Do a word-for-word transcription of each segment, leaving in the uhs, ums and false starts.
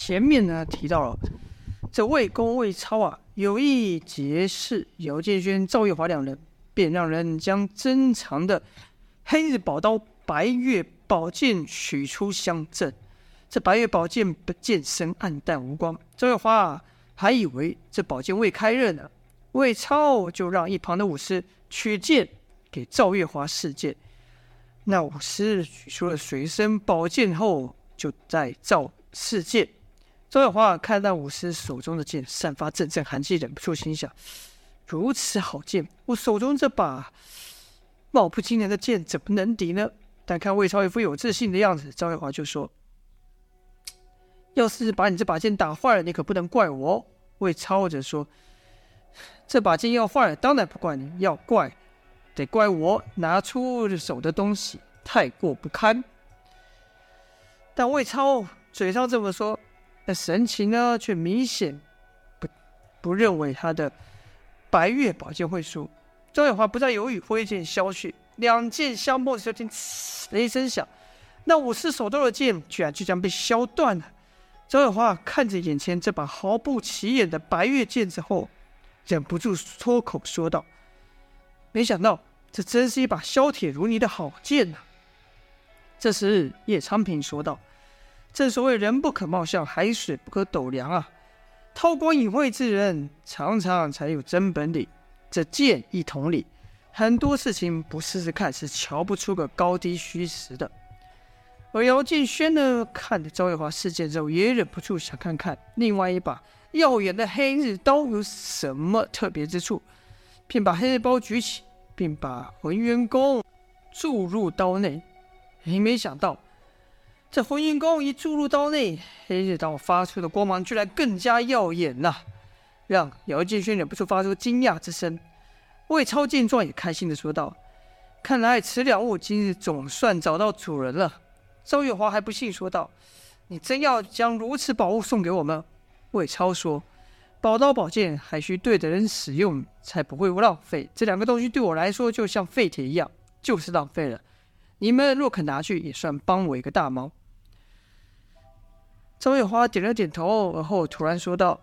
前面呢提到了这魏公魏超啊有意结识姚建轩、赵月华两人，便让人将珍藏的黑日宝刀白月宝剑取出相赠。这白月宝剑剑身暗淡无光，赵月华、啊、还以为这宝剑未开刃呢，魏超就让一旁的武士取剑给赵月华试剑。那武士取出了随身宝剑后，就在赵试剑。赵月华看到武士手中的剑散发阵阵寒气，忍不住心想：如此好剑，我手中这把貌不惊人的剑怎么能敌呢？但看魏超一副有自信的样子，赵月华就说：要是把你这把剑打坏了，你可不能怪我哦。魏超则说：这把剑要坏了，当然不怪你，要怪得怪我拿出手的东西太过不堪。但魏超嘴上这么说，那神情呢，却明显 不, 不认为他的白月宝剑会输。赵月华不再犹豫，挥剑削去，两剑相碰，就听呲的一声响，那武士手中的剑居然就这样被削断了。赵月华看着眼前这把毫不起眼的白月剑之后，忍不住脱口说道：没想到这真是一把削铁如泥的好剑啊。这时叶昌平说道：正所谓人不可貌相，海水不可斗量啊！韬光隐晦之人，常常才有真本领。这剑一同理，很多事情不试试看是瞧不出个高低虚实的。而姚建轩呢，看着赵月华试剑之后，也忍不住想看看另外一把耀眼的黑日刀有什么特别之处，便把黑日刀举起，并把浑元弓注入刀内。也没想到这浑元弓一注入刀内，黑日刀发出的光芒居然更加耀眼了，让姚建轩忍不住发出惊讶之声。魏超见状也开心地说道：看来此两物今日总算找到主人了。赵月华还不信说道：你真要将如此宝物送给我们？魏超说：宝刀宝剑还需对的人使用，才不会浪费，这两个东西对我来说就像废铁一样，就是浪费了，你们若肯拿去，也算帮我一个大忙。赵月华点了点头，而后突然说道：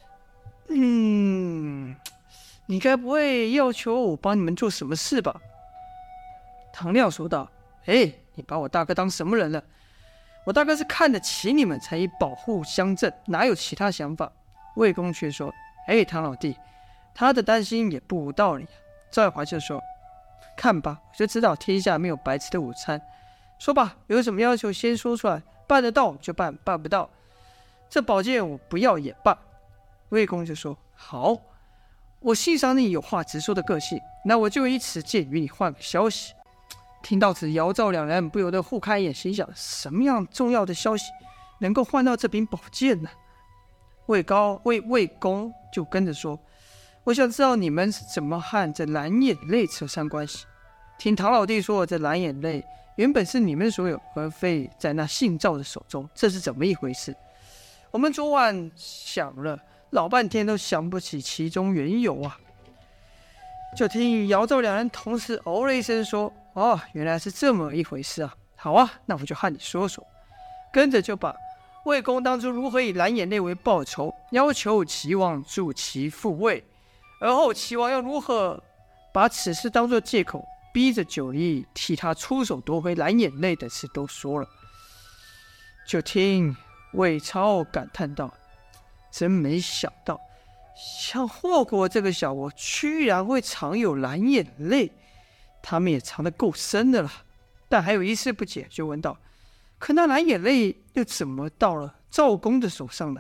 嗯，你该不会要求我帮你们做什么事吧？唐亮说道：哎，你把我大哥当什么人了？我大哥是看得起你们，才以保护相赠，哪有其他想法？魏公却说：哎，唐老弟，他的担心也不无道理。赵月华就说：看吧，我就知道天下没有白吃的午餐。说吧，有什么要求先说出来，办得到就办，办不到这宝剑我不要也罢。魏公就说：好，我欣赏你有话直说的个性，那我就以此剑与你换个消息。听到此，姚赵两人不由得互开眼，心想：什么样重要的消息能够换到这柄宝剑呢？魏高魏魏公就跟着说：我想知道你们是怎么和这蓝眼泪扯上关系。听唐老弟说，这蓝眼泪原本是你们所有，而非在那姓赵的手中，这是怎么一回事？我们昨晚想了老半天都想不起其中缘由啊。就听姚赵两人同时哦了一声说：哦，原来是这么一回事啊！好啊，那我就和你说说。跟着就把魏公当初如何以蓝眼泪为报酬，要求齐王助其复位，而后齐王要如何把此事当作借口，逼着九黎替他出手夺回蓝眼泪的事都说了。就听魏超感叹道：真没想到，像霍国这个小国居然会藏有蓝眼泪，他们也藏得够深的了。但还有一事不解，就问道：可那蓝眼泪又怎么到了赵公的手上呢？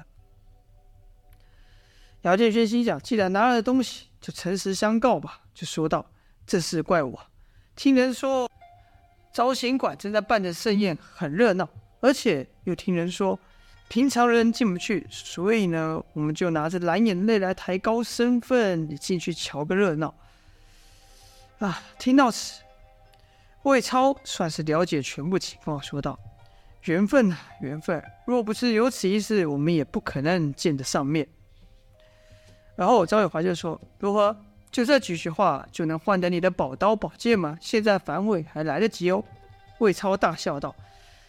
姚建轩心想，既然拿了东西，就诚实相告吧，就说道：这事怪我，听人说招贤馆正在办着盛宴，很热闹，而且又听人说平常人进不去，所以呢，我们就拿着蓝眼泪来抬高身份，也进去瞧个热闹啊。听到此，魏超算是了解全部情况，说道：缘分啊，缘分，若不是有此一事，我们也不可能见得上面。然后赵月华就说：如何，就这几句话就能换得你的宝刀宝剑吗？现在反悔还来得及哦。魏超大笑道：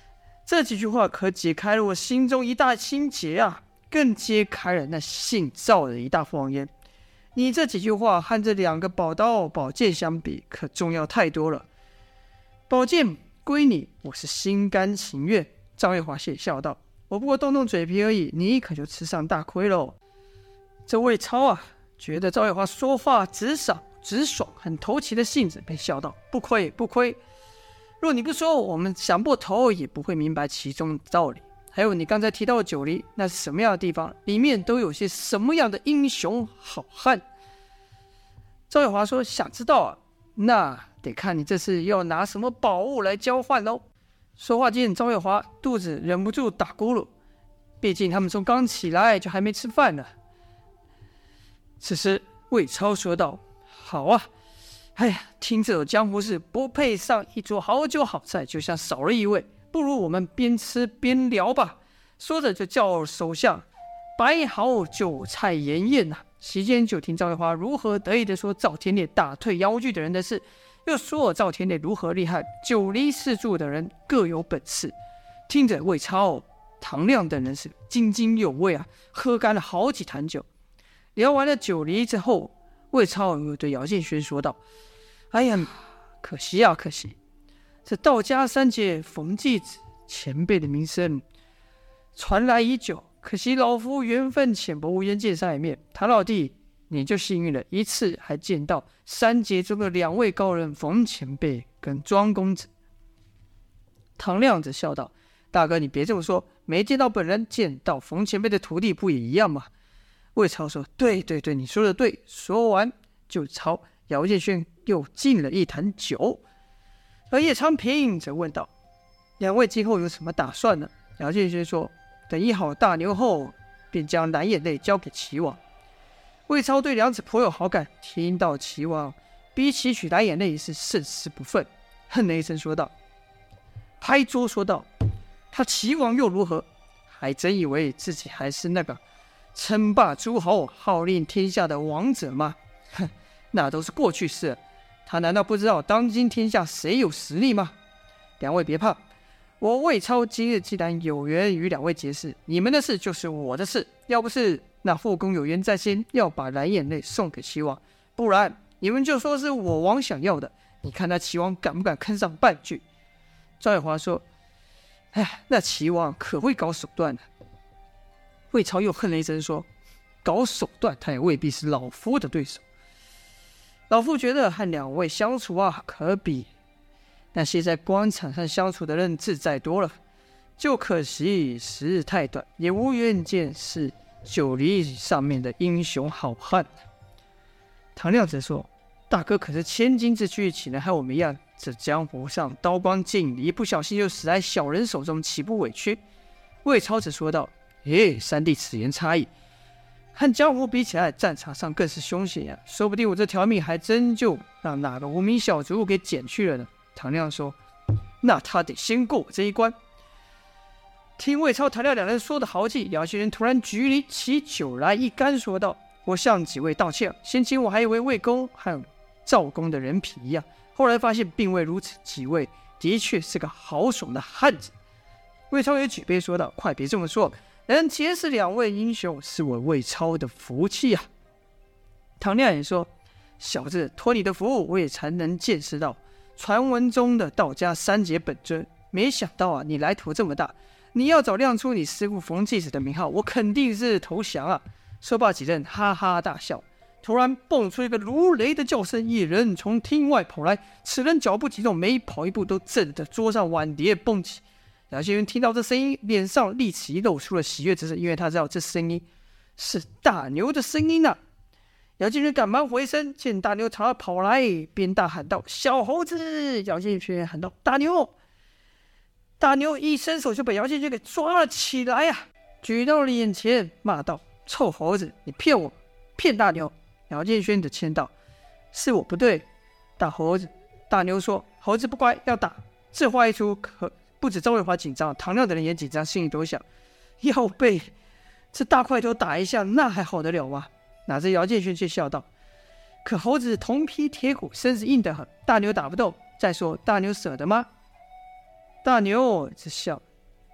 这几句话可解开了我心中一大心结啊，更揭开了那姓赵的一大谎言。你这几句话和这两个宝刀宝剑相比，可重要太多了。宝剑归你，我是心甘情愿。赵月华谢笑道：“我不过动动嘴皮而已，你可就吃上大亏喽。”这魏超啊，觉得赵月华说话直爽直爽，很投其的性子，便笑道：“不亏不亏。若你不说，我们想破头也不会明白其中的道理。还有你刚才提到的九黎，那是什么样的地方？里面都有些什么样的英雄好汉？”赵月华说：“想知道啊，那得看你这次要拿什么宝物来交换喽。”说话间，赵月华肚子忍不住打咕噜，毕竟他们从刚起来就还没吃饭呢。此时魏超说道：“好啊，哎呀，听这种江湖事，不配上一桌好酒好菜，就像少了一味。不如我们边吃边聊吧。”说着就叫手下摆好酒菜筵宴呐、啊。席间就听赵月华如何得意的说赵天烈打退妖剧的人的事，又说赵天烈如何厉害，九黎四柱的人各有本事。听着魏超、唐亮等人是津津有味啊，喝干了好几坛酒。聊完了九黎之后，魏超又对姚建轩说道：“哎呀，可惜啊，可惜！这道家三杰冯继子前辈的名声传来已久，可惜老夫缘分浅薄，无缘见上一面。唐老弟，你就幸运了，一次还见到三杰中的两位高人冯前辈跟庄公子。”唐亮则笑道：“大哥，你别这么说，没见到本人，见到冯前辈的徒弟不也一样吗？”魏超说：“对对对，你说的对。”说完就朝姚建轩又敬了一坛酒。而叶昌平则问道：“两位今后有什么打算呢？”姚建轩说：“等医好大牛后，便将蓝眼泪交给齐王。”魏超对梁子颇有好感，听到齐王逼其取蓝眼泪是甚是不忿，哼了一声说道：“拍桌说道，他齐王又如何？还真以为自己还是那个称霸诸侯、号令天下的王者吗？哼，那都是过去式。他难道不知道当今天下谁有实力吗？两位别怕，我魏超今日既然有缘与两位结识，你们的事就是我的事。要不是那后宫有缘在先，要把蓝眼泪送给齐王，不然你们就说是我王想要的。你看那齐王敢不敢吭上半句？”赵月华说：“哎，那齐王可会搞手段呢、啊。”魏超又恨了一声说：“搞手段，他也未必是老夫的对手。老夫觉得和两位相处啊，可比那些在官场上相处的人自在多了。就可惜时日太短，也无缘见识九黎上面的英雄好汉。”唐亮则说：“大哥可是千金之躯，岂能和我们一样？这江湖上刀光剑影，一不小心就死在小人手中，岂不委屈？”魏超则说道：“耶，三弟此言差矣。和江湖比起来，战场上更是凶险呀、啊！说不定我这条命还真就让哪个无名小卒给捡去了呢。”唐亮说：“那他得先过我这一关。”听魏超、唐亮两人说的豪气，姚先生突然举起酒来一干，说道：“我向几位道歉，先前我还以为魏公和赵公的人品一样，后来发现并未如此，几位的确是个豪爽的汉子。”魏超也举杯说道：“快别这么说，能结识两位英雄，是我魏超的福气啊。”唐亮也说：“小子，托你的福，我也才能见识到传闻中的道家三杰本尊。没想到啊，你来头这么大，你要早亮出你师父冯继子的名号，我肯定是投降啊！”说罢几人哈哈大笑，突然蹦出一个如雷的叫声，一人从厅外跑来，此人脚步急动，每跑一步都震得桌上碗碟蹦起。姚先生听到这声音，脸上立即露出了喜悦之色，因为他知道这声音是大牛的声音啊！姚建轩赶忙回身，见大牛朝他跑来，边大喊道：“小猴子！”姚建轩喊道：“大牛！”大牛一伸手就把姚建轩给抓了起来啊，举到了眼前，骂道：“臭猴子，你骗我，骗大牛！”姚建轩的谦道：“是我不对，大猴子。”大牛说：“猴子不乖，要打。”这话一出，可不止赵卫华紧张，唐亮的人也紧张，心里多想：要被这大块头打一下，那还好得了吗？哪知姚建轩却笑道：“可猴子铜皮铁骨，身子硬得很，大牛打不动。再说大牛舍得吗？”大牛只笑，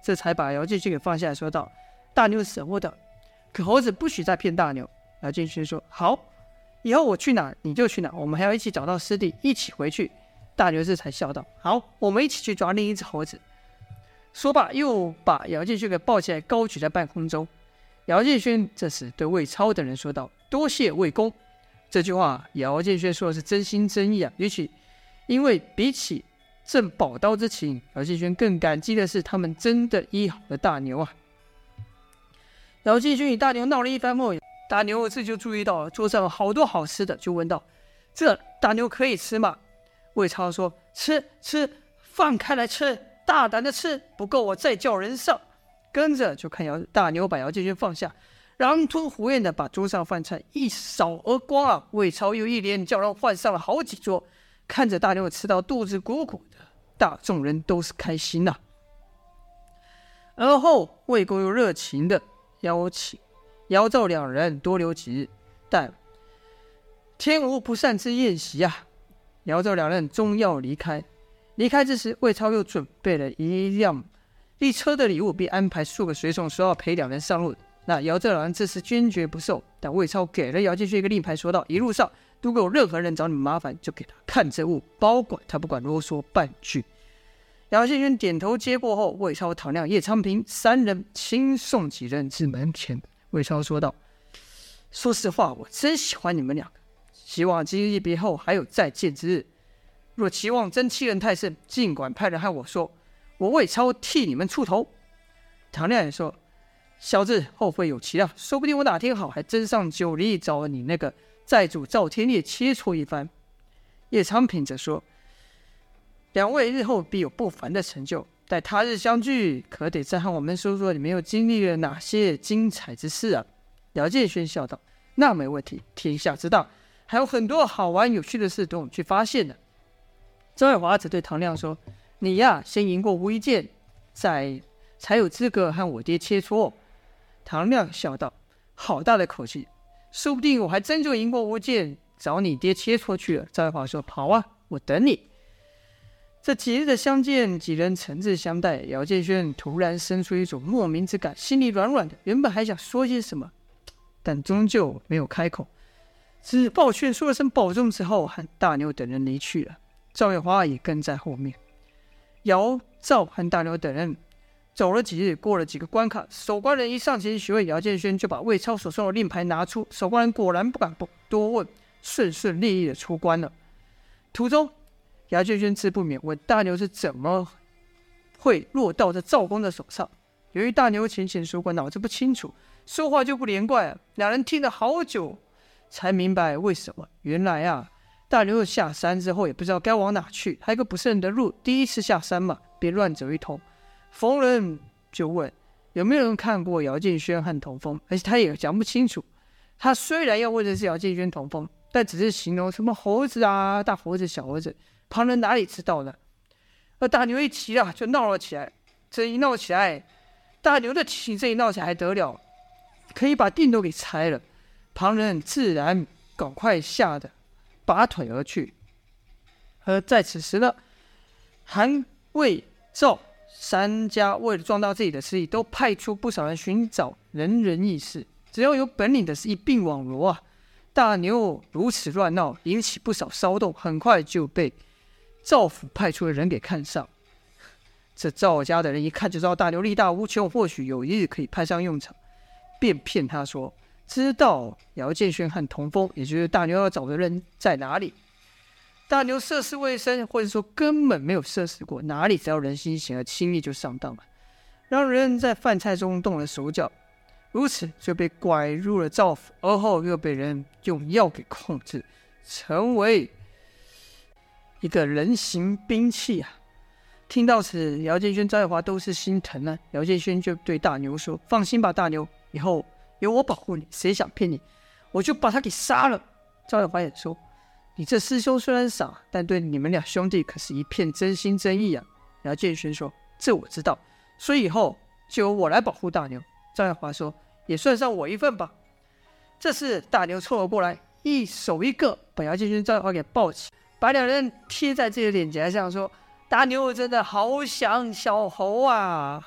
这才把姚建勋给放下来，说道：“大牛死活的，可猴子不许再骗大牛。”姚建勋说：“好，以后我去哪你就去哪，我们还要一起找到师弟，一起回去。”大牛这才笑道：“好，我们一起去抓另一只猴子。”说罢，又把姚建勋给抱起来，高举在半空中。姚建勋这时对魏超等人说道：“多谢魏公。”这句话，姚建勋说的是真心真意啊。尤其因为比起赠宝刀之情，姚建勋更感激的是他们真的医好了大牛啊。姚建勋与大牛闹了一番后，大牛这就注意到桌上有好多好吃的，就问道：“这大牛可以吃吗？”魏超说：“吃吃，放开来吃，大胆的吃，不够我再叫人上。”跟着就看姚大牛把姚建勋放下，狼吞虎咽的把桌上饭菜一扫而光啊！魏超又一连叫人换上了好几桌，看着大牛吃到肚子鼓鼓的，大众人都是开心呐、啊。而后魏公又热情的邀请姚赵两人多留几日，但天无不散之宴席啊！姚赵两人终要离开。离开之时，魏超又准备了一辆一车的礼物，并安排数个随从说要陪两人上路。那姚赵两人这时坚决不受，但魏超给了姚建勋一个令牌，说道：“一路上如果有任何人找你们麻烦，就给他看着物，包管他不管啰嗦半句。”姚建勋点头接过后，魏超、唐亮、叶昌平三人亲送几人至门前。魏超说道：“说实话，我真喜欢你们两个，希望今日一别后还有再见之日。若期望真欺人太甚，尽管派人和我说，我魏超替你们出头。”唐亮也说：“小子后会有期啊，说不定我哪天好还真上九黎找你那个寨主赵天烈切磋一番。”叶昌平则说：“两位日后必有不凡的成就，待他日相聚，可得再和我们说说你们又经历了哪些精彩之事啊？”姚建勋笑道：“那没问题，天下之大，还有很多好玩有趣的事等我们去发现呢。”张伟华则对唐亮说：“你呀，先赢过吴一剑，再才有资格和我爹切磋。”唐亮笑道：“好大的口气，说不定我还真就赢过吴剑，找你爹切磋去了。”张伟华说：“好啊，我等你。”这几日的相见，几人诚挚相待，姚建勋突然生出一种莫名之感，心里软软的，原本还想说些什么，但终究没有开口，只抱拳说了声保重之后，和大牛等人离去了。赵月华也跟在后面。姚、赵和大牛等人走了几日，过了几个关卡，守关人一上前询问姚建勋，就把魏超所送的令牌拿出。守关人果然不敢多问，顺顺利利的出关了。途中，姚建勋自不免问大牛是怎么会落到这赵公的手上。由于大牛前前说过脑子不清楚，说话就不连贯啊。两人听了好久，才明白为什么。原来啊，大牛下山之后也不知道该往哪去，还有个不是认得路，第一次下山嘛，便乱走一通。逢人就问有没有人看过姚建轩和童风，而且他也讲不清楚。他虽然要问的是姚建轩、童风，但只是形容什么猴子啊、大猴子、小猴子，旁人哪里知道呢？而大牛一急啊，就闹了起来。这一闹起来，大牛的情这一闹起来还得了，可以把地都给拆了。旁人自然赶快吓得拔腿而去。而在此时呢，韩、魏、赵三家为了壮大自己的势力，都派出不少人寻找仁人义士，只要有本领的是一并网罗啊。大牛如此乱闹，引起不少骚动，很快就被赵府派出的人给看上。这赵家的人一看就知道大牛力大无穷，或许有一日可以派上用场，便骗他说知道姚建轩和童风，也就是大牛要找的人在哪里。大牛涉世未深，或者说根本没有涉世过，哪里知道人心险恶，轻易就上当了，让人在饭菜中动了手脚，如此就被拐入了赵府，而后又被人用药给控制，成为一个人形兵器啊！听到此，姚建轩、赵月华都是心疼啊。姚建轩就对大牛说：“放心吧，大牛，以后有我保护你，谁想骗你，我就把他给杀了。”赵月华也说：“你这师兄虽然傻，但对你们俩兄弟可是一片真心真意啊。”姚建轩说：“这我知道，所以以后就由我来保护大牛。”赵月华说：“也算上我一份吧。”这时大牛凑了过来，一手一个把姚建轩、赵月华给抱起，把两人贴在自己的脸颊上，说：“大牛真的好想小猴啊！”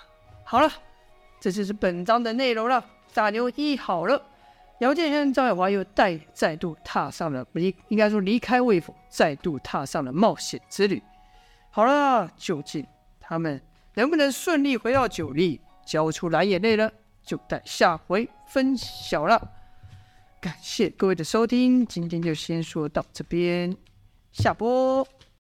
好了，这就是本章的内容了。大牛医好了，姚建轩、赵月华又带再度踏上了离，应该说离开魏府，再度踏上了冒险之旅。好了，究竟他们能不能顺利回到九黎，交出蓝眼泪呢？就待下回分晓了。感谢各位的收听，今天就先说到这边，下播。